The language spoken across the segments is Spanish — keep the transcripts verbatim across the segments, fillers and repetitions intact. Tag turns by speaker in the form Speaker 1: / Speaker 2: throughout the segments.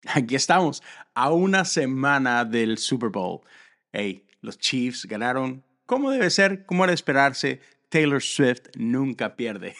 Speaker 1: Aquí estamos, a una semana del Super Bowl. Hey, los Chiefs ganaron como debe ser, como era de esperarse. Taylor Swift nunca pierde.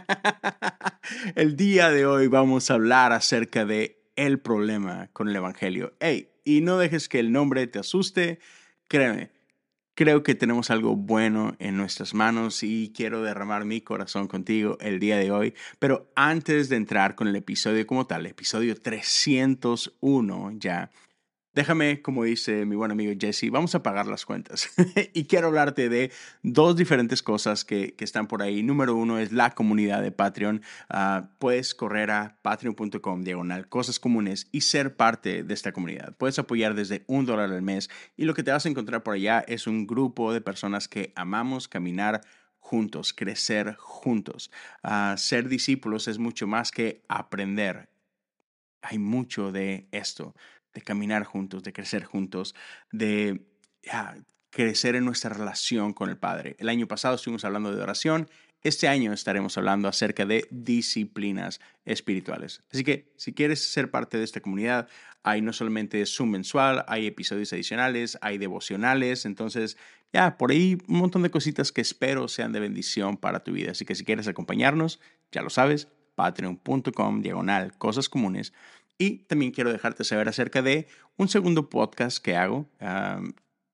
Speaker 1: El día de hoy vamos a hablar acerca de el problema con el Evangelio. Hey, y no dejes que el nombre te asuste. Créeme, creo que tenemos algo bueno en nuestras manos y quiero derramar mi corazón contigo el día de hoy. Pero antes de entrar con el episodio como tal, episodio trescientos uno ya, déjame, como dice mi buen amigo Jesse, vamos a pagar las cuentas. Y quiero hablarte de dos diferentes cosas que, que están por ahí. Número uno es la comunidad de Patreon. Uh, puedes correr a patreon.com diagonal cosas comunes y ser parte de esta comunidad. Puedes apoyar desde un dólar al mes y lo que te vas a encontrar por allá es un grupo de personas que amamos caminar juntos, crecer juntos. Uh, ser discípulos es mucho más que aprender. Hay mucho de esto, de caminar juntos, de crecer juntos, de ya, crecer en nuestra relación con el Padre. El año pasado estuvimos hablando de oración. Este año estaremos hablando acerca de disciplinas espirituales. Así que si quieres ser parte de esta comunidad, hay no solamente Zoom mensual, hay episodios adicionales, hay devocionales. Entonces, ya, por ahí un montón de cositas que espero sean de bendición para tu vida. Así que si quieres acompañarnos, ya lo sabes, patreon.com diagonal cosas comunes. Y también quiero dejarte saber acerca de un segundo podcast que hago. Um,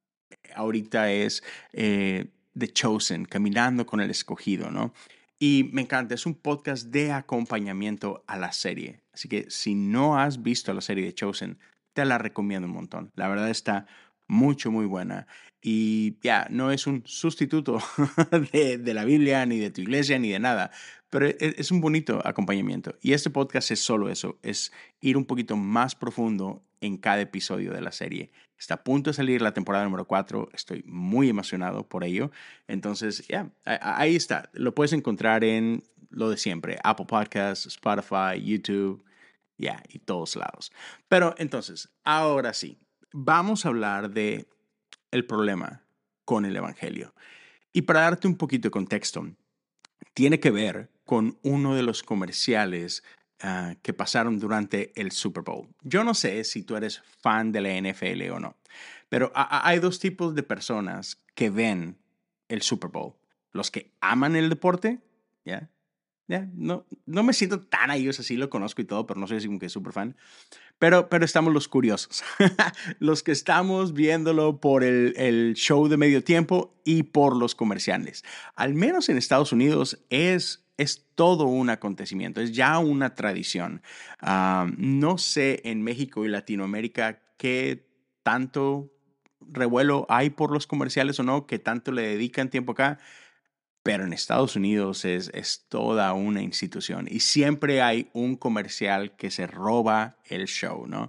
Speaker 1: ahorita es eh, The Chosen, Caminando con el Escogido, ¿no? Y me encanta, es un podcast de acompañamiento a la serie. Así que si no has visto la serie de Chosen, te la recomiendo un montón. La verdad está mucho, muy buena. Y ya, yeah, no es un sustituto de, de la Biblia, ni de tu iglesia, ni de nada. Pero es, es un bonito acompañamiento. Y este podcast es solo eso, es ir un poquito más profundo en cada episodio de la serie. Está a punto de salir la temporada número cuatro. Estoy muy emocionado por ello. Entonces, ya, yeah, ahí está. Lo puedes encontrar en lo de siempre. Apple Podcasts, Spotify, YouTube, ya, yeah, y todos lados. Pero entonces, ahora sí, vamos a hablar de el problema con el Evangelio. Y para darte un poquito de contexto, tiene que ver con uno de los comerciales uh, que pasaron durante el Super Bowl. Yo no sé si tú eres fan de la N F L o no, pero a- hay dos tipos de personas que ven el Super Bowl. Los que aman el deporte, ¿ya? ¿Ya? No, no me siento tan a ellos así, lo conozco y todo, pero no soy así como que súper fan. Pero, pero estamos los curiosos, los que estamos viéndolo por el, el show de medio tiempo y por los comerciales. Al menos en Estados Unidos es, es todo un acontecimiento, es ya una tradición. Uh, no sé en México y Latinoamérica qué tanto revuelo hay por los comerciales o no, qué tanto le dedican tiempo acá. Pero en Estados Unidos es, es toda una institución y siempre hay un comercial que se roba el show, ¿no?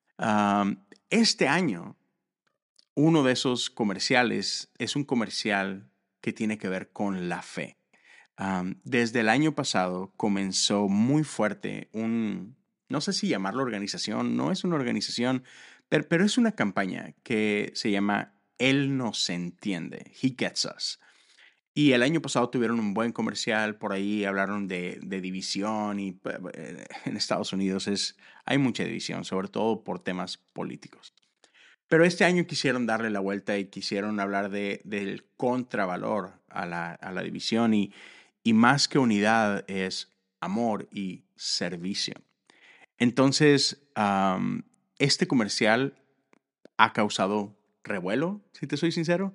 Speaker 1: Um, este año, uno de esos comerciales es un comercial que tiene que ver con la fe. Um, desde el año pasado comenzó muy fuerte un, no sé si llamarlo organización, no es una organización, pero, pero es una campaña que se llama Él nos entiende, He Gets Us. Y el año pasado tuvieron un buen comercial, por ahí hablaron de, de división y eh, en Estados Unidos es, hay mucha división, sobre todo por temas políticos. Pero este año quisieron darle la vuelta y quisieron hablar de, del contravalor a la, a la división y, y más que unidad es amor y servicio. Entonces, um, este comercial ha causado revuelo, si te soy sincero,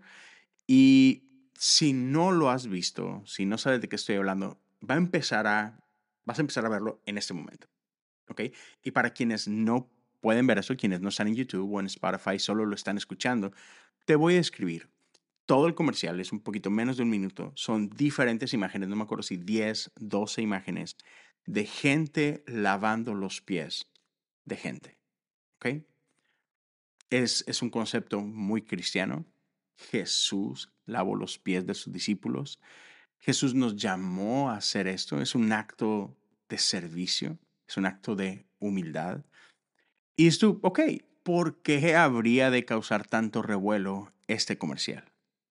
Speaker 1: y si no lo has visto, si no sabes de qué estoy hablando, va a empezar a, vas a empezar a verlo en este momento, ¿ok? Y para quienes no pueden ver eso, quienes no están en YouTube o en Spotify, solo lo están escuchando, te voy a escribir. Todo el comercial es un poquito menos de un minuto. Son diferentes imágenes, no me acuerdo si diez, doce imágenes de gente lavando los pies de gente, ¿ok? Es, es un concepto muy cristiano. Jesús lavó los pies de sus discípulos. Jesús nos llamó a hacer esto. Es un acto de servicio, es un acto de humildad. Y esto, ok, ¿por qué habría de causar tanto revuelo este comercial?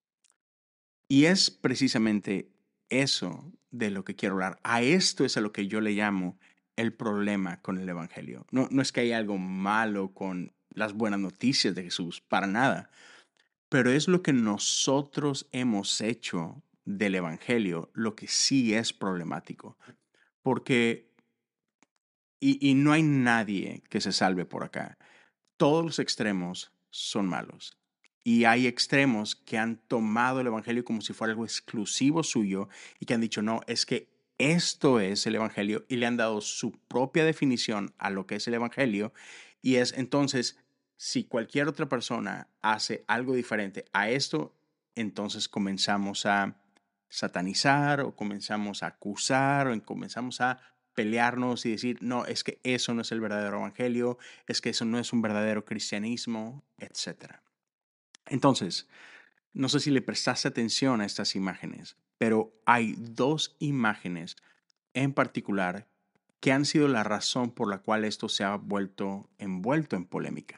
Speaker 1: Y es precisamente eso de lo que quiero hablar. A esto es a lo que yo le llamo el problema con el Evangelio. No, no es que haya algo malo con las buenas noticias de Jesús, para nada. Pero es lo que nosotros hemos hecho del Evangelio lo que sí es problemático. Porque, y, y no hay nadie que se salve por acá. Todos los extremos son malos. Y hay extremos que han tomado el Evangelio como si fuera algo exclusivo suyo y que han dicho, no, es que esto es el Evangelio y le han dado su propia definición a lo que es el Evangelio. Y es entonces, si cualquier otra persona hace algo diferente a esto, entonces comenzamos a satanizar o comenzamos a acusar o comenzamos a pelearnos y decir, no, es que eso no es el verdadero evangelio, es que eso no es un verdadero cristianismo, etcétera. Entonces, no sé si le prestaste atención a estas imágenes, pero hay dos imágenes en particular que han sido la razón por la cual esto se ha vuelto envuelto en polémica.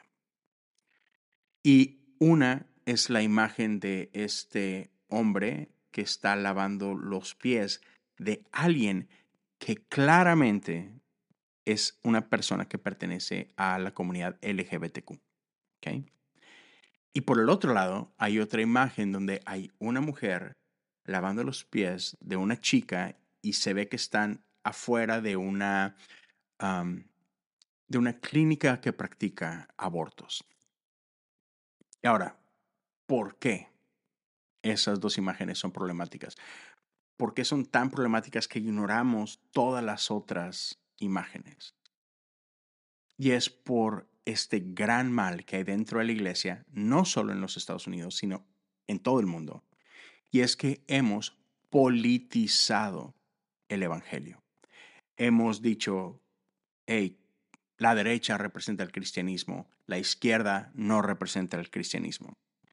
Speaker 1: Y una es la imagen de este hombre que está lavando los pies de alguien que claramente es una persona que pertenece a la comunidad L G B T Q. ¿Okay? Y por el otro lado, hay otra imagen donde hay una mujer lavando los pies de una chica y se ve que están afuera de una, um, de una clínica que practica abortos. Y ahora, ¿por qué esas dos imágenes son problemáticas? ¿Por qué son tan problemáticas que ignoramos todas las otras imágenes? Y es por este gran mal que hay dentro de la iglesia, no solo en los Estados Unidos, sino en todo el mundo. Y es que hemos politizado el Evangelio. Hemos dicho, hey, la derecha representa el cristianismo, la izquierda no representa el cristianismo.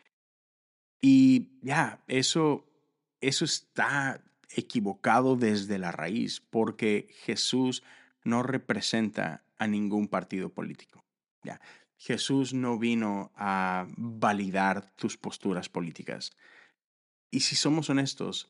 Speaker 1: Y ya, eso, eso está equivocado desde la raíz, porque Jesús no representa a ningún partido político. Ya, Jesús no vino a validar tus posturas políticas. Y si somos honestos,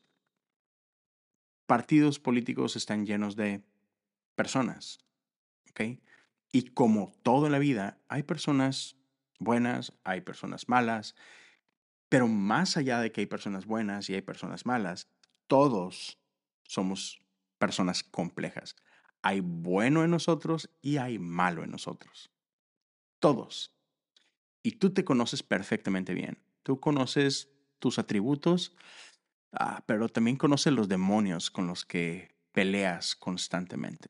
Speaker 1: partidos políticos están llenos de personas, ¿ok? Y como todo en la vida, hay personas buenas, hay personas malas, pero más allá de que hay personas buenas y hay personas malas, todos somos personas complejas. Hay bueno en nosotros y hay malo en nosotros. Todos. Y tú te conoces perfectamente bien. Tú conoces tus atributos, ah, pero también conoces los demonios con los que peleas constantemente.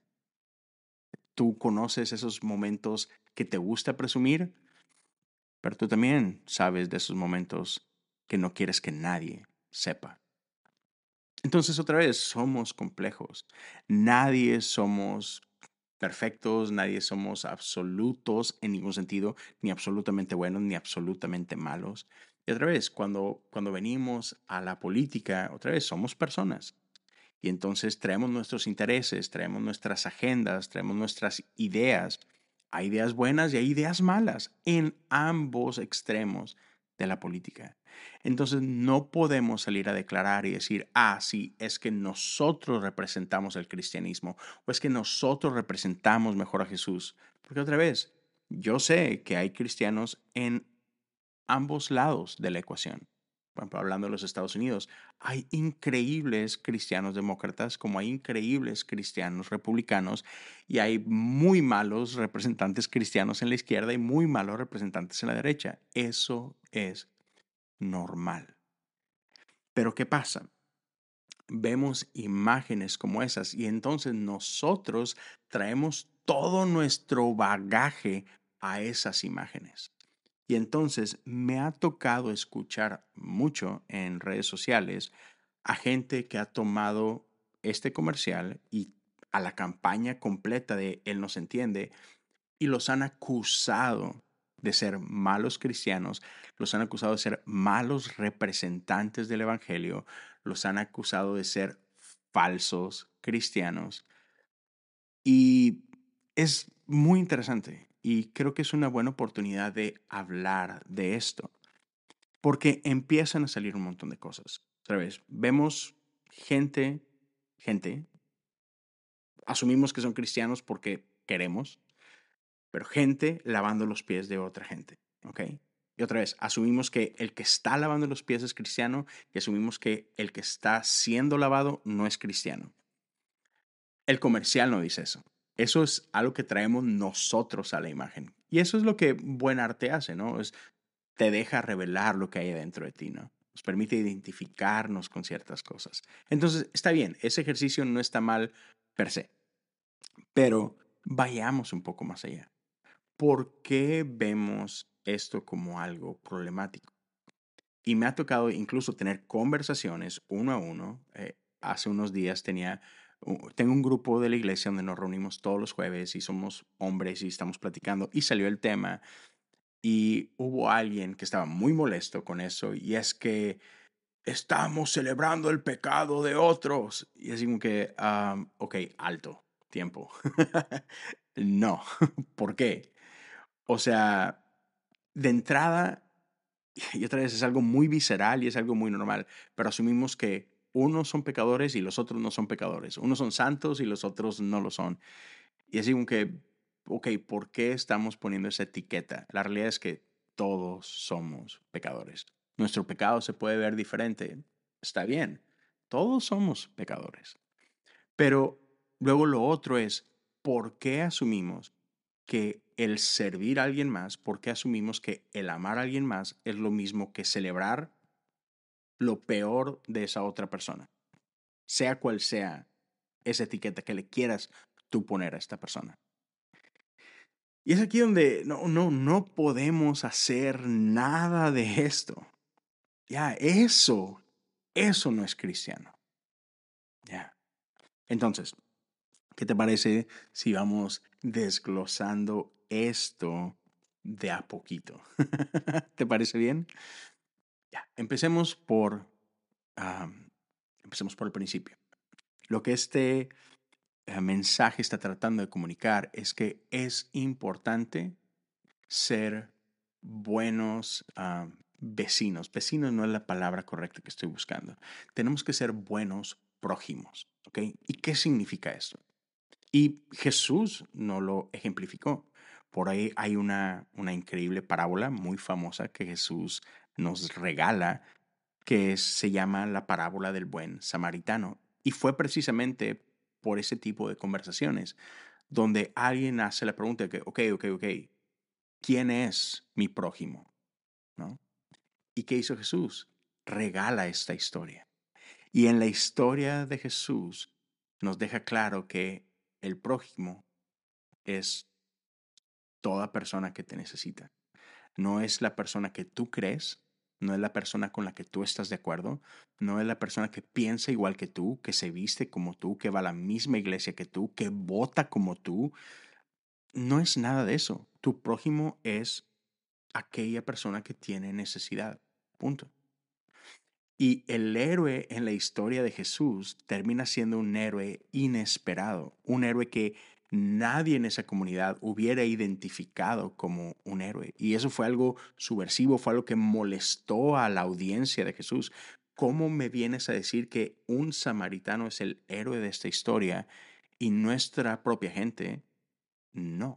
Speaker 1: Tú conoces esos momentos que te gusta presumir, pero tú también sabes de esos momentos que no quieres que nadie sepa. Entonces, otra vez, somos complejos. Nadie somos perfectos, nadie somos absolutos en ningún sentido, ni absolutamente buenos, ni absolutamente malos. Y otra vez, cuando, cuando venimos a la política, otra vez, somos personas. Y entonces traemos nuestros intereses, traemos nuestras agendas, traemos nuestras ideas. Hay ideas buenas y hay ideas malas en ambos extremos de la política. Entonces no podemos salir a declarar y decir, ah, sí, es que nosotros representamos el cristianismo o es que nosotros representamos mejor a Jesús. Porque otra vez, yo sé que hay cristianos en ambos lados de la ecuación. Por ejemplo, hablando de los Estados Unidos, hay increíbles cristianos demócratas como hay increíbles cristianos republicanos y hay muy malos representantes cristianos en la izquierda y muy malos representantes en la derecha. Eso es normal. Pero ¿qué pasa? Vemos imágenes como esas y entonces nosotros traemos todo nuestro bagaje a esas imágenes. Y entonces me ha tocado escuchar mucho en redes sociales a gente que ha tomado este comercial y a la campaña completa de Él nos entiende y los han acusado de ser malos cristianos, los han acusado de ser malos representantes del Evangelio, los han acusado de ser falsos cristianos. Y es muy interesante y creo que es una buena oportunidad de hablar de esto, porque empiezan a salir un montón de cosas. Otra vez, vemos gente, gente asumimos que son cristianos porque queremos, pero gente lavando los pies de otra gente, ¿ok? Y otra vez, asumimos que el que está lavando los pies es cristiano y asumimos que el que está siendo lavado no es cristiano. El comercial no dice eso. Eso es algo que traemos nosotros a la imagen. Y eso es lo que buen arte hace, ¿no? Es, te deja revelar lo que hay dentro de ti, ¿no? Nos permite identificarnos con ciertas cosas. Entonces, está bien, ese ejercicio no está mal per se, pero vayamos un poco más allá. ¿Por qué vemos esto como algo problemático? Y me ha tocado incluso tener conversaciones uno a uno. Eh, hace unos días tenía, u- tengo un grupo de la iglesia donde nos reunimos todos los jueves y somos hombres y estamos platicando y salió el tema y hubo alguien que estaba muy molesto con eso y es que estamos celebrando el pecado de otros. Y así como que, um, ok, alto, tiempo. No, ¿por qué? O sea, de entrada, y otra vez es algo muy visceral y es algo muy normal, pero asumimos que unos son pecadores y los otros no son pecadores. Unos son santos y los otros no lo son. Y así como que, ok, ¿por qué estamos poniendo esa etiqueta? La realidad es que todos somos pecadores. Nuestro pecado se puede ver diferente. Está bien, todos somos pecadores. Pero luego lo otro es, ¿por qué asumimos que el servir a alguien más, por qué asumimos que el amar a alguien más es lo mismo que celebrar lo peor de esa otra persona? Sea cual sea esa etiqueta que le quieras tú poner a esta persona. Y es aquí donde no, no, no podemos hacer nada de esto. Ya, eso, eso no es cristiano. Ya. Entonces, ¿qué te parece si vamos desglosando esto de a poquito? ¿Te parece bien? Ya, empecemos por, um, empecemos por el principio. Lo que este uh, mensaje está tratando de comunicar es que es importante ser buenos uh, vecinos. Vecinos no es la palabra correcta que estoy buscando. Tenemos que ser buenos prójimos, ¿ok? ¿Y qué significa esto? Y Jesús no lo ejemplificó. Por ahí hay una, una increíble parábola muy famosa que Jesús nos regala que se llama la parábola del buen samaritano. Y fue precisamente por ese tipo de conversaciones donde alguien hace la pregunta que, ok, ok, ok, ¿quién es mi prójimo? ¿No? ¿Y qué hizo Jesús? Regala esta historia. Y en la historia de Jesús nos deja claro que el prójimo es toda persona que te necesita. No es la persona que tú crees, no es la persona con la que tú estás de acuerdo, no es la persona que piensa igual que tú, que se viste como tú, que va a la misma iglesia que tú, que vota como tú. No es nada de eso. Tu prójimo es aquella persona que tiene necesidad. Punto. Y el héroe en la historia de Jesús termina siendo un héroe inesperado, un héroe que nadie en esa comunidad hubiera identificado como un héroe. Y eso fue algo subversivo, fue algo que molestó a la audiencia de Jesús. ¿Cómo me vienes a decir que un samaritano es el héroe de esta historia y nuestra propia gente no?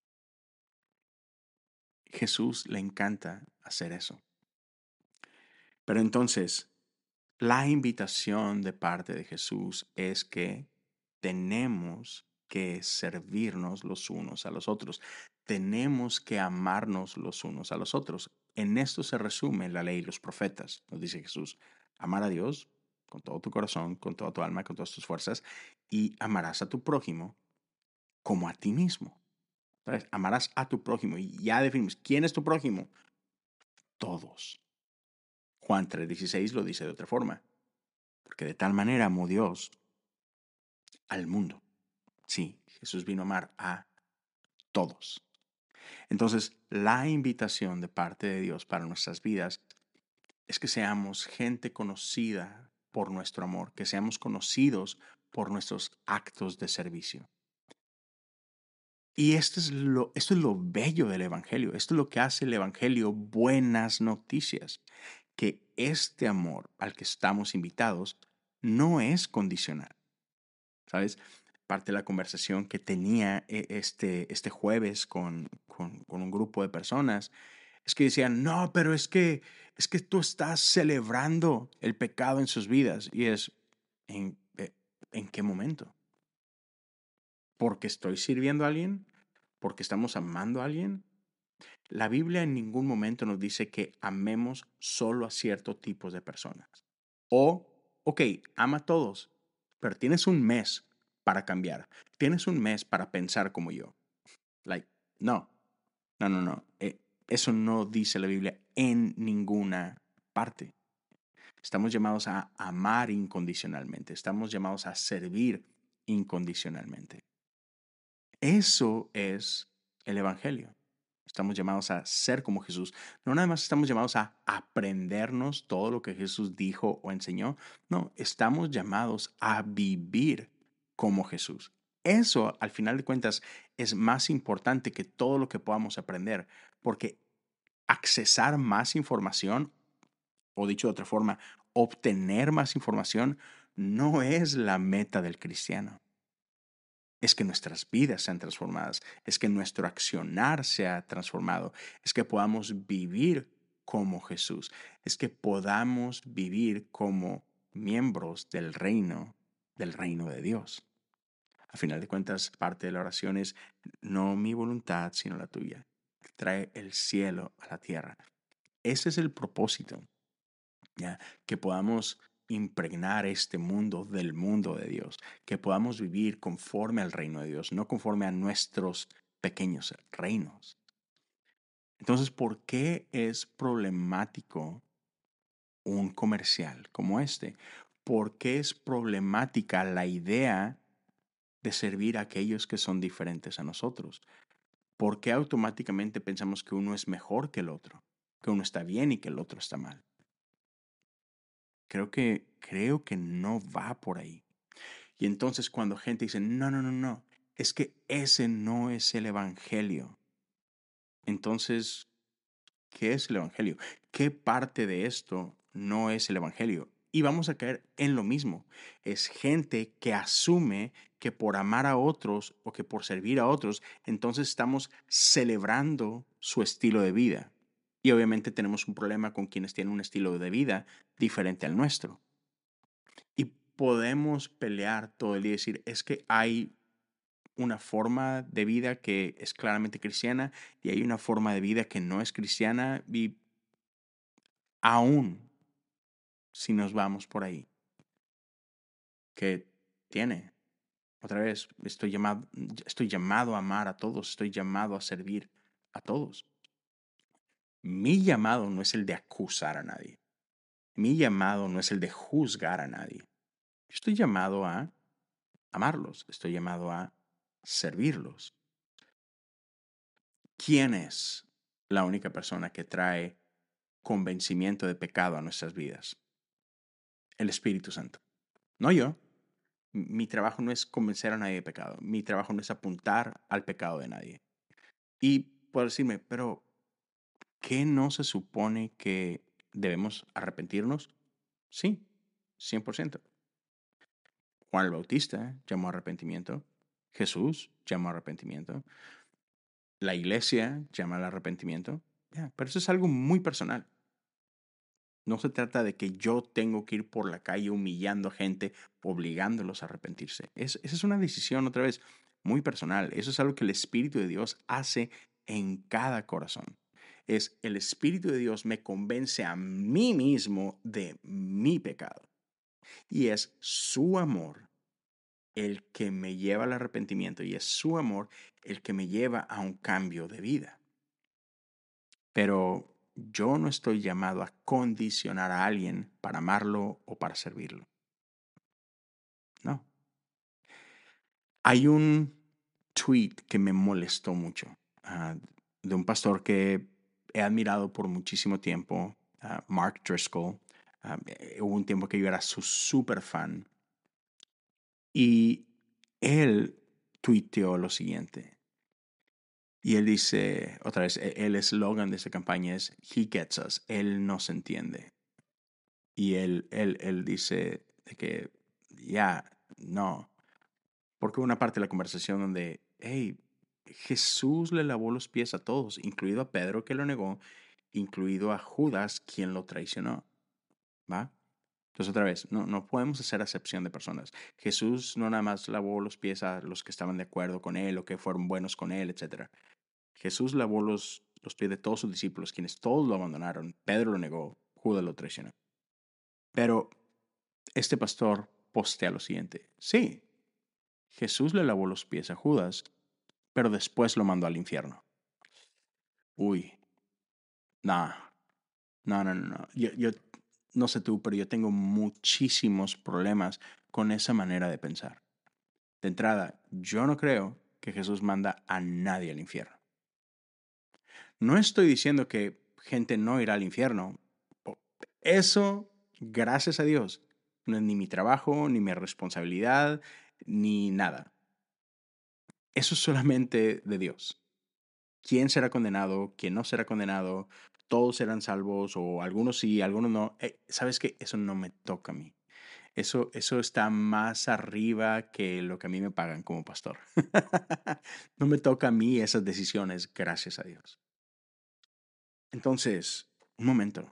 Speaker 1: Jesús le encanta hacer eso. Pero entonces, la invitación de parte de Jesús es que tenemos que servirnos los unos a los otros. Tenemos que amarnos los unos a los otros. En esto se resume la ley y los profetas, nos dice Jesús. Amar a Dios con todo tu corazón, con toda tu alma, con todas tus fuerzas, y amarás a tu prójimo como a ti mismo. ¿Sabes? Amarás a tu prójimo. Y ya definimos, ¿quién es tu prójimo? Todos. Juan tres dieciséis lo dice de otra forma. Porque de tal manera amó Dios al mundo. Sí, Jesús vino a amar a todos. Entonces, la invitación de parte de Dios para nuestras vidas es que seamos gente conocida por nuestro amor, que seamos conocidos por nuestros actos de servicio. Y esto es lo, esto es lo bello del Evangelio, esto es lo que hace el Evangelio buenas noticias, que este amor al que estamos invitados no es condicional, ¿sabes? parte de la conversación que tenía eh, este, este jueves con, con, con un grupo de personas, es que decían, no, pero es que, es que tú estás celebrando el pecado en sus vidas. Y es, ¿en, eh, ¿en qué momento? ¿Porque estoy sirviendo a alguien? ¿Porque estamos amando a alguien? La Biblia en ningún momento nos dice que amemos solo a ciertos tipos de personas. O, ok, ama a todos, pero tienes un mes para cambiar. Tienes un mes para pensar como yo. Like, no, no, no, no. Eh, eso no dice la Biblia en ninguna parte. Estamos llamados a amar incondicionalmente. Estamos llamados a servir incondicionalmente. Eso es el Evangelio. Estamos llamados a ser como Jesús. No nada más estamos llamados a aprendernos todo lo que Jesús dijo o enseñó. No, estamos llamados a vivir como Jesús. Eso, al final de cuentas, es más importante que todo lo que podamos aprender, porque accesar más información, o dicho de otra forma, obtener más información, no es la meta del cristiano. Es que nuestras vidas sean transformadas, es que nuestro accionar sea transformado, es que podamos vivir como Jesús, es que podamos vivir como miembros del reino, del reino de Dios. A final de cuentas, parte de la oración es no mi voluntad, sino la tuya. Trae el cielo a la tierra. Ese es el propósito, ¿ya? Que podamos impregnar este mundo del mundo de Dios, que podamos vivir conforme al reino de Dios, no conforme a nuestros pequeños reinos. Entonces, ¿por qué es problemático un comercial como este? ¿Por qué es problemática la idea de servir a aquellos que son diferentes a nosotros? ¿Por qué automáticamente pensamos que uno es mejor que el otro, que uno está bien y que el otro está mal? Creo que, creo que no va por ahí. Y entonces cuando gente dice, no, no, no, no, es que ese no es el Evangelio. Entonces, ¿qué es el Evangelio? ¿Qué parte de esto no es el Evangelio? Y vamos a caer en lo mismo. Es gente que asume que por amar a otros o que por servir a otros, entonces estamos celebrando su estilo de vida. Y obviamente tenemos un problema con quienes tienen un estilo de vida diferente al nuestro. Y podemos pelear todo el día y decir, es que hay una forma de vida que es claramente cristiana y hay una forma de vida que no es cristiana y aún si nos vamos por ahí, que tiene, otra vez, estoy llamado, estoy llamado a amar a todos, estoy llamado a servir a todos. Mi llamado no es el de acusar a nadie. Mi llamado no es el de juzgar a nadie. Estoy llamado a amarlos, estoy llamado a servirlos. ¿Quién es la única persona que trae convencimiento de pecado a nuestras vidas? El Espíritu Santo. No yo. Mi trabajo no es convencer a nadie de pecado. Mi trabajo no es apuntar al pecado de nadie. Y puedo decirme, pero ¿qué no se supone que debemos arrepentirnos? Sí, cien por ciento. Juan el Bautista llamó a arrepentimiento. Jesús llamó a arrepentimiento. La iglesia llama al arrepentimiento. Yeah, pero eso es algo muy personal. No se trata de que yo tengo que ir por la calle humillando a gente, obligándolos a arrepentirse. Es, esa es una decisión, otra vez, muy personal. Eso es algo que el Espíritu de Dios hace en cada corazón. Es el Espíritu de Dios me convence a mí mismo de mi pecado. Y es su amor el que me lleva al arrepentimiento y es su amor el que me lleva a un cambio de vida. Pero yo no estoy llamado a condicionar a alguien para amarlo o para servirlo. No. Hay un tweet que me molestó mucho uh, de un pastor que he admirado por muchísimo tiempo, uh, Mark Driscoll. Uh, hubo un tiempo que yo era su super fan. Y él tuiteó lo siguiente. Y él dice, otra vez, el eslogan de esta campaña es He gets us, él nos entiende. Y él, él, él dice de que, ya, yeah, no, Porque hubo una parte de la conversación donde, hey, Jesús le lavó los pies a todos, incluido a Pedro que lo negó, incluido a Judas quien lo traicionó, ¿va? Entonces otra vez, no, no podemos hacer acepción de personas. Jesús no nada más lavó los pies a los que estaban de acuerdo con él o que fueron buenos con él, etcétera. Jesús lavó los, los pies de todos sus discípulos, quienes todos lo abandonaron. Pedro lo negó, Judas lo traicionó. Pero este pastor postea lo siguiente. Sí, Jesús le lavó los pies a Judas, pero después lo mandó al infierno. Uy, nah, no, no, no, no. Yo, yo no sé tú, pero yo tengo muchísimos problemas con esa manera de pensar. De entrada, yo no creo que Jesús manda a nadie al infierno. No estoy diciendo que gente no irá al infierno. Eso, gracias a Dios, no es ni mi trabajo, ni mi responsabilidad, ni nada. Eso es solamente de Dios. ¿Quién será condenado? ¿Quién no será condenado? Todos serán salvos o algunos sí, algunos no. Eh, ¿Sabes qué? Eso no me toca a mí. Eso, eso está más arriba que lo que a mí me pagan como pastor. No me toca a mí esas decisiones, gracias a Dios. Entonces, un momento.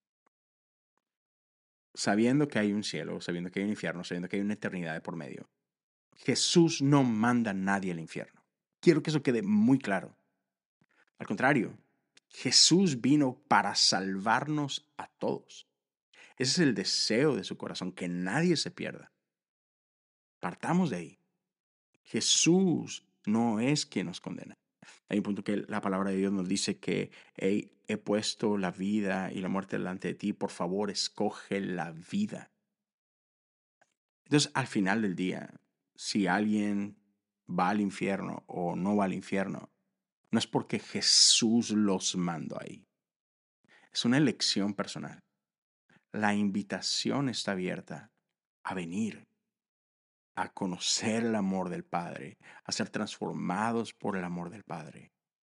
Speaker 1: Sabiendo que hay un cielo, sabiendo que hay un infierno, sabiendo que hay una eternidad de por medio, Jesús no manda a nadie al infierno. Quiero que eso quede muy claro. Al contrario, Jesús vino para salvarnos a todos. Ese es el deseo de su corazón, que nadie se pierda. Partamos de ahí. Jesús no es quien nos condena. Hay un punto que la palabra de Dios nos dice que hey, he puesto la vida y la muerte delante de ti, por favor, escoge la vida. Entonces, al final del día, si alguien va al infierno o no va al infierno, no es porque Jesús los mandó ahí. Es una elección personal. La invitación está abierta a venir, a conocer el amor del Padre, a ser transformados por el amor del Padre.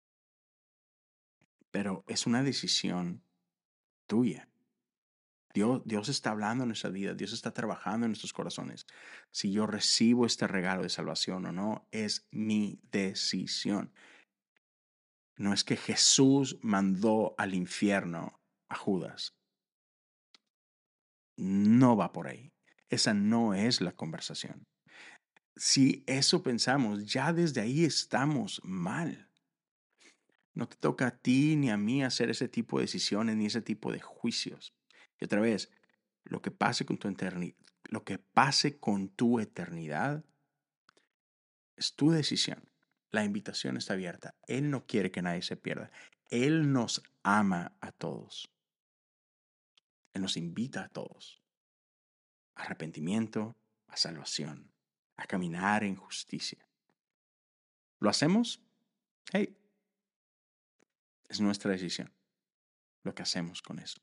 Speaker 1: Pero es una decisión tuya. Dios, Dios está hablando en nuestra vida, Dios está trabajando en nuestros corazones. Si yo recibo este regalo de salvación o no, es mi decisión. No es que Jesús mandó al infierno a Judas. No va por ahí. Esa no es la conversación. Si eso pensamos, ya desde ahí estamos mal. No te toca a ti ni a mí hacer ese tipo de decisiones ni ese tipo de juicios. Y otra vez, lo que pase con tu eternidad, lo que pase con tu eternidad es tu decisión. La invitación está abierta. Él no quiere que nadie se pierda. Él nos ama a todos. Él nos invita a todos. A arrepentimiento, a salvación, a caminar en justicia. ¿Lo hacemos? Hey, es nuestra decisión lo que hacemos con eso.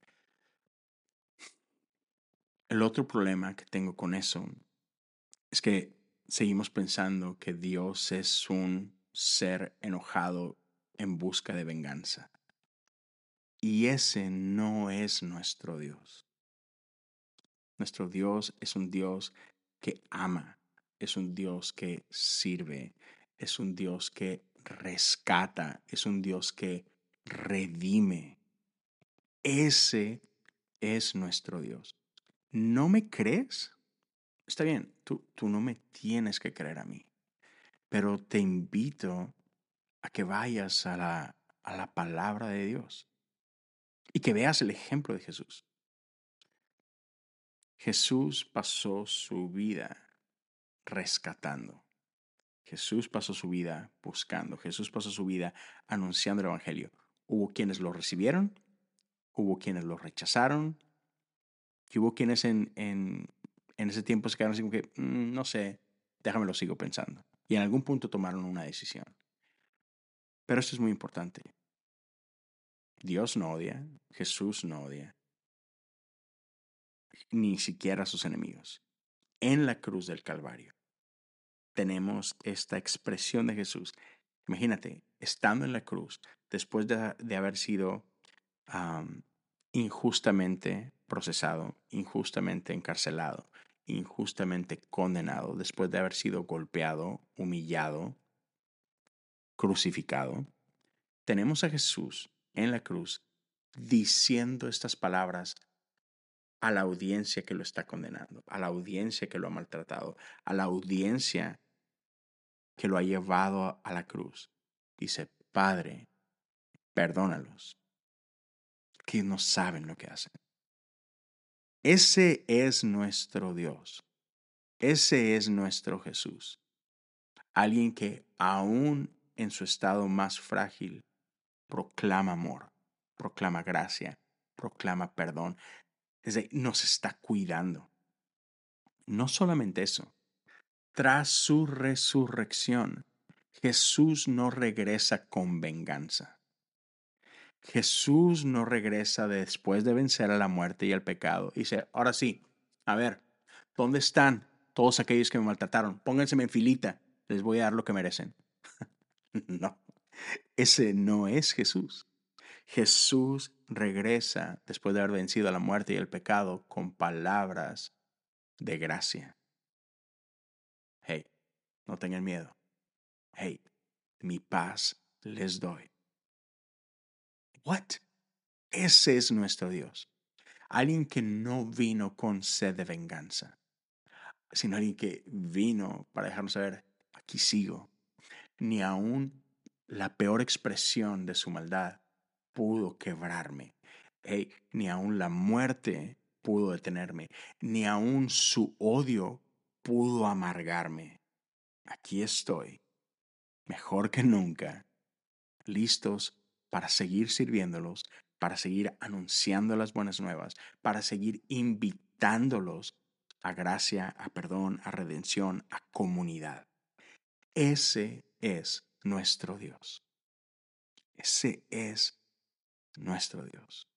Speaker 1: El otro problema que tengo con eso es que seguimos pensando que Dios es un ser enojado en busca de venganza. Y ese no es nuestro Dios. Nuestro Dios es un Dios que ama, es un Dios que sirve, es un Dios que rescata, es un Dios que redime. Ese es nuestro Dios. ¿No me crees? Está bien, tú, tú no me tienes que creer a mí, pero te invito a que vayas a la, a la palabra de Dios y que veas el ejemplo de Jesús. Jesús pasó su vida rescatando. Jesús pasó su vida buscando. Jesús pasó su vida anunciando el Evangelio. Hubo quienes lo recibieron, hubo quienes lo rechazaron, y hubo quienes en, en, en ese tiempo se quedaron así como que, mmm, no sé, déjame lo sigo pensando. Y en algún punto tomaron una decisión. Pero esto es muy importante. Dios no odia, Jesús no odia, ni siquiera a sus enemigos. En la cruz del Calvario tenemos esta expresión de Jesús. Imagínate, estando en la cruz, después de, de haber sido um, injustamente procesado, injustamente encarcelado, injustamente condenado después de haber sido golpeado, humillado, crucificado. Tenemos a Jesús en la cruz diciendo estas palabras a la audiencia que lo está condenando, a la audiencia que lo ha maltratado, a la audiencia que lo ha llevado a la cruz. Dice, Padre, perdónalos, que no saben lo que hacen. Ese es nuestro Dios. Ese es nuestro Jesús. Alguien que aún en su estado más frágil proclama amor, proclama gracia, proclama perdón. Es decir, nos está cuidando. No solamente eso. Tras su resurrección, Jesús no regresa con venganza. Jesús no regresa después de vencer a la muerte y al pecado. Y dice, ahora sí, a ver, ¿dónde están todos aquellos que me maltrataron? Pónganse en filita, les voy a dar lo que merecen. No, ese no es Jesús. Jesús regresa después de haber vencido a la muerte y el pecado con palabras de gracia. Hey, no tengan miedo. Hey, mi paz les doy. What? Ese es nuestro Dios. Alguien que no vino con sed de venganza, sino alguien que vino para dejarnos saber, aquí sigo. Ni aún la peor expresión de su maldad pudo quebrarme. Hey, ni aún la muerte pudo detenerme. Ni aún su odio pudo amargarme. Aquí estoy, mejor que nunca, listos para seguir sirviéndolos, para seguir anunciando las buenas nuevas, para seguir invitándolos a gracia, a perdón, a redención, a comunidad. Ese es nuestro Dios. Ese es nuestro Dios.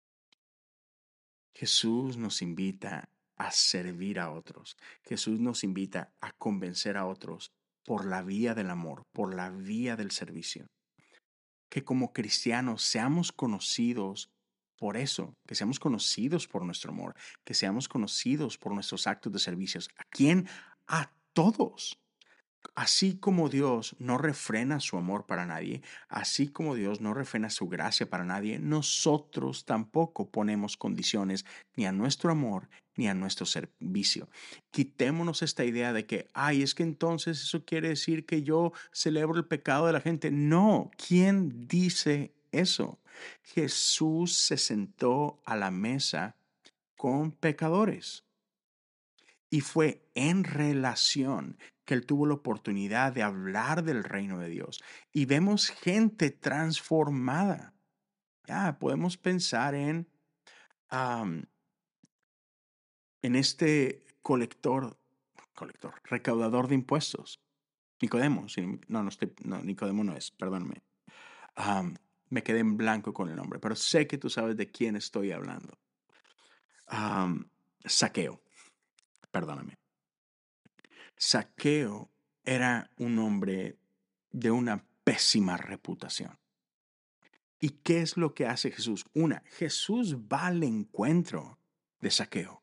Speaker 1: Jesús nos invita a servir a otros. Jesús nos invita a convencer a otros por la vía del amor, por la vía del servicio. Que como cristianos seamos conocidos por eso, que seamos conocidos por nuestro amor, que seamos conocidos por nuestros actos de servicios. ¿A quién? A todos. Así como Dios no refrena su amor para nadie, así como Dios no refrena su gracia para nadie, nosotros tampoco ponemos condiciones ni a nuestro amor ni a nuestro servicio. Quitémonos esta idea de que, ay, es que entonces eso quiere decir que yo celebro el pecado de la gente. No, ¿quién dice eso? Jesús se sentó a la mesa con pecadores. Y fue en relación que él tuvo la oportunidad de hablar del reino de Dios. Y vemos gente transformada. Ya, podemos pensar en, um, en este colector, colector, recaudador de impuestos. Nicodemo, sí, no, no, estoy, no, Nicodemo no es, perdóname. Um, me quedé en blanco con el nombre, pero sé que tú sabes de quién estoy hablando. Um, Saqueo, perdóname. Saqueo era un hombre de una pésima reputación. ¿Y qué es lo que hace Jesús? Una, Jesús va al encuentro de Saqueo.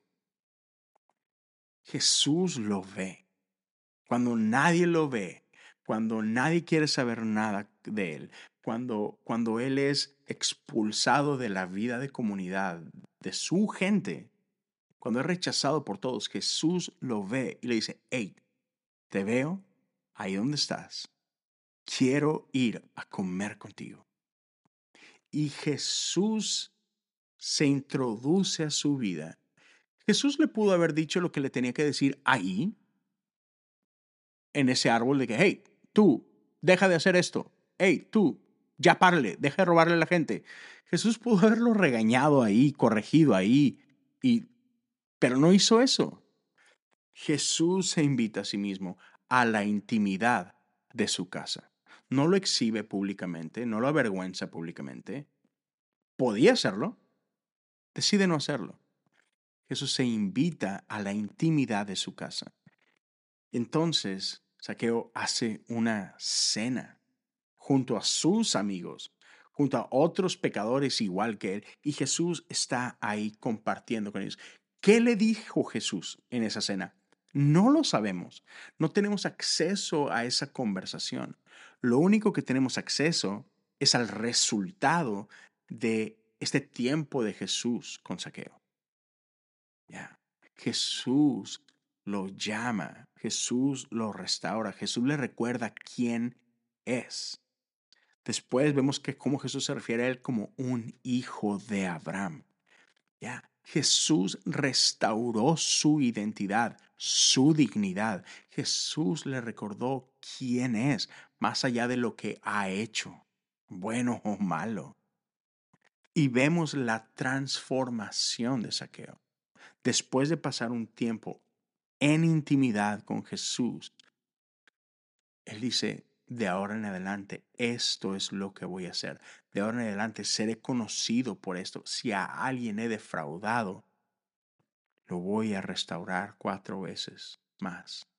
Speaker 1: Jesús lo ve. Cuando nadie lo ve, cuando nadie quiere saber nada de él, cuando, cuando él es expulsado de la vida de comunidad de su gente, cuando es rechazado por todos, Jesús lo ve y le dice, hey, te veo ahí donde estás. Quiero ir a comer contigo. Y Jesús se introduce a su vida. Jesús le pudo haber dicho lo que le tenía que decir ahí, en ese árbol, de que, hey, tú, deja de hacer esto. Hey, tú, ya párale, deja de robarle a la gente. Jesús pudo haberlo regañado ahí, corregido ahí, y, pero no hizo eso. Jesús se invita a sí mismo a la intimidad de su casa. No lo exhibe públicamente, no lo avergüenza públicamente. Podía hacerlo, decide no hacerlo. Jesús se invita a la intimidad de su casa. Entonces, Saqueo hace una cena junto a sus amigos, junto a otros pecadores igual que él, y Jesús está ahí compartiendo con ellos. ¿Qué le dijo Jesús en esa cena? No lo sabemos. No tenemos acceso a esa conversación. Lo único que tenemos acceso es al resultado de este tiempo de Jesús con Zaqueo. Ya. Jesús lo llama, Jesús lo restaura, Jesús le recuerda quién es. Después vemos que cómo Jesús se refiere a él como un hijo de Abraham. Ya, Jesús restauró su identidad, su dignidad. Jesús le recordó quién es, más allá de lo que ha hecho, bueno o malo. Y vemos la transformación de Zaqueo. Después de pasar un tiempo en intimidad con Jesús, él dice, de ahora en adelante, esto es lo que voy a hacer. De ahora en adelante seré conocido por esto. Si a alguien he defraudado, lo voy a restaurar cuatro veces más.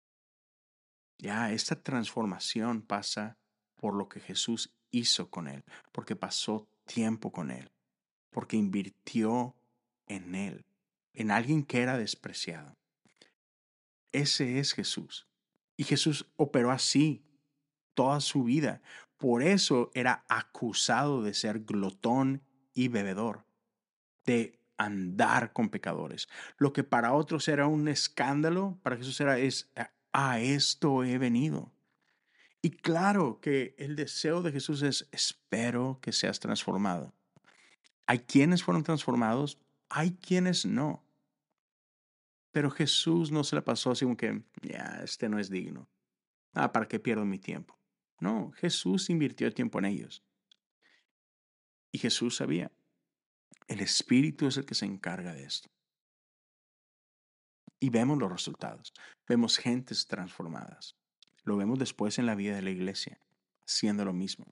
Speaker 1: Ya esta transformación pasa por lo que Jesús hizo con él, porque pasó tiempo con él, porque invirtió en él, en alguien que era despreciado. Ese es Jesús. Y Jesús operó así toda su vida. Por eso era acusado de ser glotón y bebedor, de andar con pecadores. Lo que para otros era un escándalo, para Jesús era es a esto he venido. Y claro que el deseo de Jesús es espero que seas transformado. Hay quienes fueron transformados, hay quienes no. Pero Jesús no se la pasó así como que, ya, este no es digno. Ah, ¿para qué pierdo mi tiempo? No, Jesús invirtió tiempo en ellos. Y Jesús sabía, el Espíritu es el que se encarga de esto. Y vemos los resultados. Vemos gentes transformadas. Lo vemos después en la vida de la iglesia, haciendo lo mismo.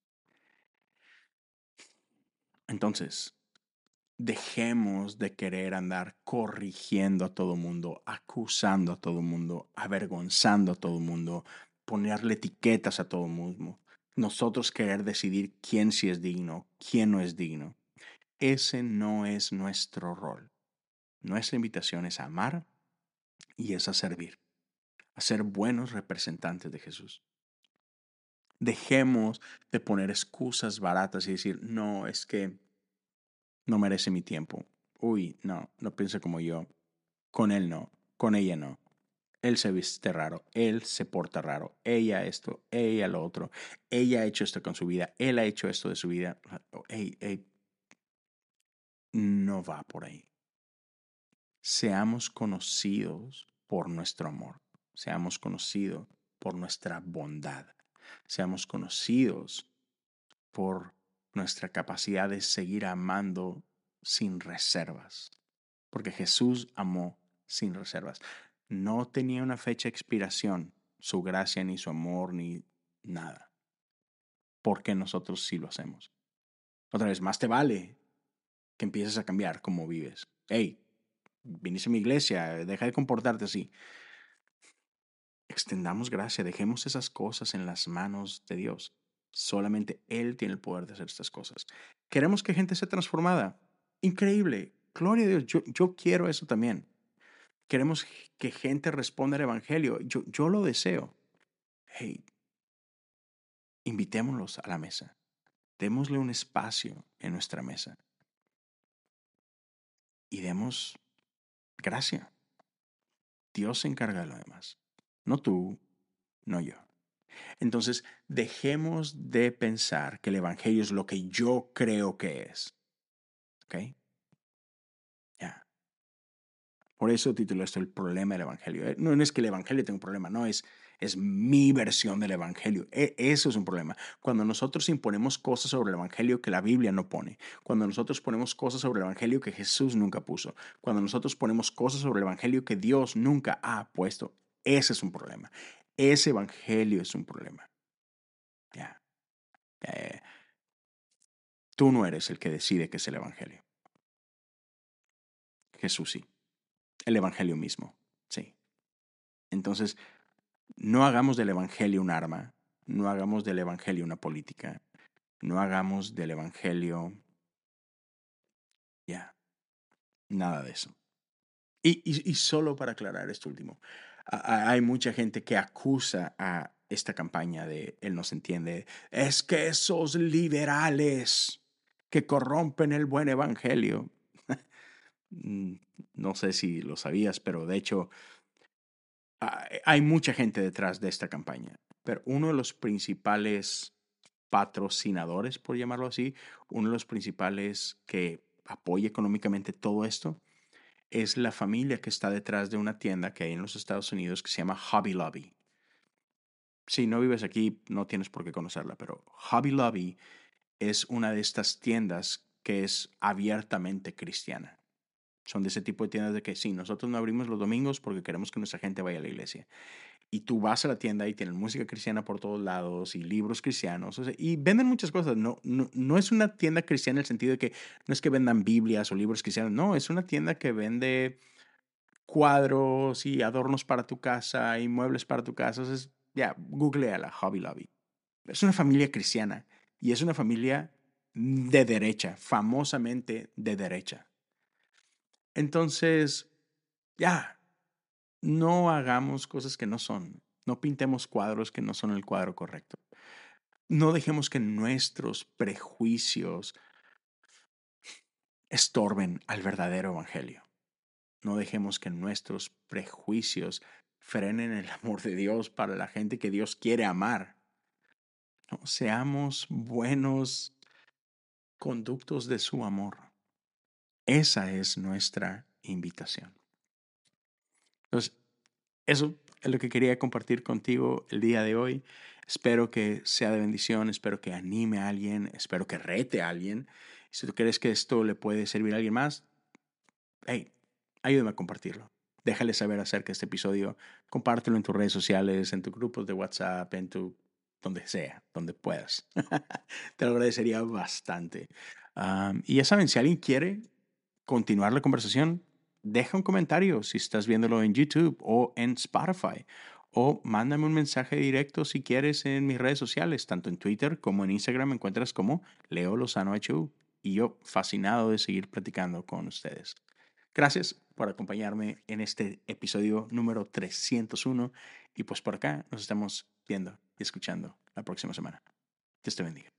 Speaker 1: Entonces, dejemos de querer andar corrigiendo a todo mundo, acusando a todo mundo, avergonzando a todo mundo, ponerle etiquetas a todo mundo. Nosotros querer decidir quién sí es digno, quién no es digno. Ese no es nuestro rol. Nuestra invitación es a amar y es a servir, a ser buenos representantes de Jesús. Dejemos de poner excusas baratas y decir, no, es que no merece mi tiempo. Uy, no, no piensa como yo. Con él no, con ella no. Él se viste raro, él se porta raro, ella esto, ella lo otro. Ella ha hecho esto con su vida, él ha hecho esto de su vida. Ey, ey, no va por ahí. Seamos conocidos por nuestro amor. Seamos conocidos por nuestra bondad. Seamos conocidos por nuestra capacidad de seguir amando sin reservas. Porque Jesús amó sin reservas. No tenía una fecha de expiración, su gracia, ni su amor, ni nada. Porque nosotros sí lo hacemos. Otra vez, más te vale que empieces a cambiar cómo vives. Hey, viniste a mi iglesia, deja de comportarte así. Extendamos gracia, dejemos esas cosas en las manos de Dios. Solamente Él tiene el poder de hacer estas cosas. ¿Queremos que gente sea transformada? Increíble. Gloria a Dios. Yo, yo quiero eso también. Queremos que gente responda al Evangelio. Yo, yo lo deseo. Hey, invitémoslos a la mesa. Démosle un espacio en nuestra mesa. Y demos gracia. Dios se encarga de lo demás. No tú, no yo. Entonces, dejemos de pensar que el Evangelio es lo que yo creo que es. ¿Ok? Ya. Yeah. Por eso titulé esto El problema del Evangelio. No, no es que el Evangelio tenga un problema, no, es, es mi versión del Evangelio. E, eso es un problema. Cuando nosotros imponemos cosas sobre el Evangelio que la Biblia no pone, cuando nosotros ponemos cosas sobre el Evangelio que Jesús nunca puso, cuando nosotros ponemos cosas sobre el Evangelio que Dios nunca ha puesto, ese es un problema. Ese Evangelio es un problema. Ya. Yeah. Eh, tú no eres el que decide qué es el Evangelio. Jesús sí. El Evangelio mismo. Sí. Entonces, no hagamos del Evangelio un arma, no hagamos del Evangelio una política, no hagamos del Evangelio, ya, yeah, nada de eso. Y, y, y solo para aclarar esto último, a- a- hay mucha gente que acusa a esta campaña de Él no se entiende. Es que esos liberales que corrompen el buen evangelio. Mm, No sé si lo sabías, pero de hecho ah, hay mucha gente detrás de esta campaña. Pero uno de los principales patrocinadores, por llamarlo así, uno de los principales que apoya económicamente todo esto, es la familia que está detrás de una tienda que hay en los Estados Unidos que se llama Hobby Lobby. Si no vives aquí, no tienes por qué conocerla, pero Hobby Lobby es una de estas tiendas que es abiertamente cristiana. Son de ese tipo de tiendas de que sí, nosotros no abrimos los domingos porque queremos que nuestra gente vaya a la iglesia. Y tú vas a la tienda y tienen música cristiana por todos lados y libros cristianos. O sea, y venden muchas cosas. No, no, no es una tienda cristiana en el sentido de que no es que vendan Biblias o libros cristianos. No, es una tienda que vende cuadros y adornos para tu casa y muebles para tu casa. Entonces, ya, googleala, Hobby Lobby. Es una familia cristiana y es una familia de derecha, famosamente de derecha. Entonces, ya, no hagamos cosas que no son. No pintemos cuadros que no son el cuadro correcto. No dejemos que nuestros prejuicios estorben al verdadero evangelio. No dejemos que nuestros prejuicios frenen el amor de Dios para la gente que Dios quiere amar. No, seamos buenos conductos de su amor. Esa es nuestra invitación. Entonces, eso es lo que quería compartir contigo el día de hoy. Espero que sea de bendición, espero que anime a alguien, espero que rete a alguien. Si tú crees que esto le puede servir a alguien más, hey, ayúdame a compartirlo. Déjale saber acerca de este episodio. Compártelo en tus redes sociales, en tus grupos de WhatsApp, en tu donde sea, donde puedas. Te lo agradecería bastante. Um, y ya saben, si alguien quiere continuar la conversación, deja un comentario si estás viéndolo en YouTube o en Spotify. O mándame un mensaje directo si quieres en mis redes sociales, tanto en Twitter como en Instagram me encuentras como Leo Lozano H U. Y yo fascinado de seguir platicando con ustedes. Gracias por acompañarme en este episodio número trescientos uno y pues por acá nos estamos viendo y escuchando la próxima semana. Dios te bendiga.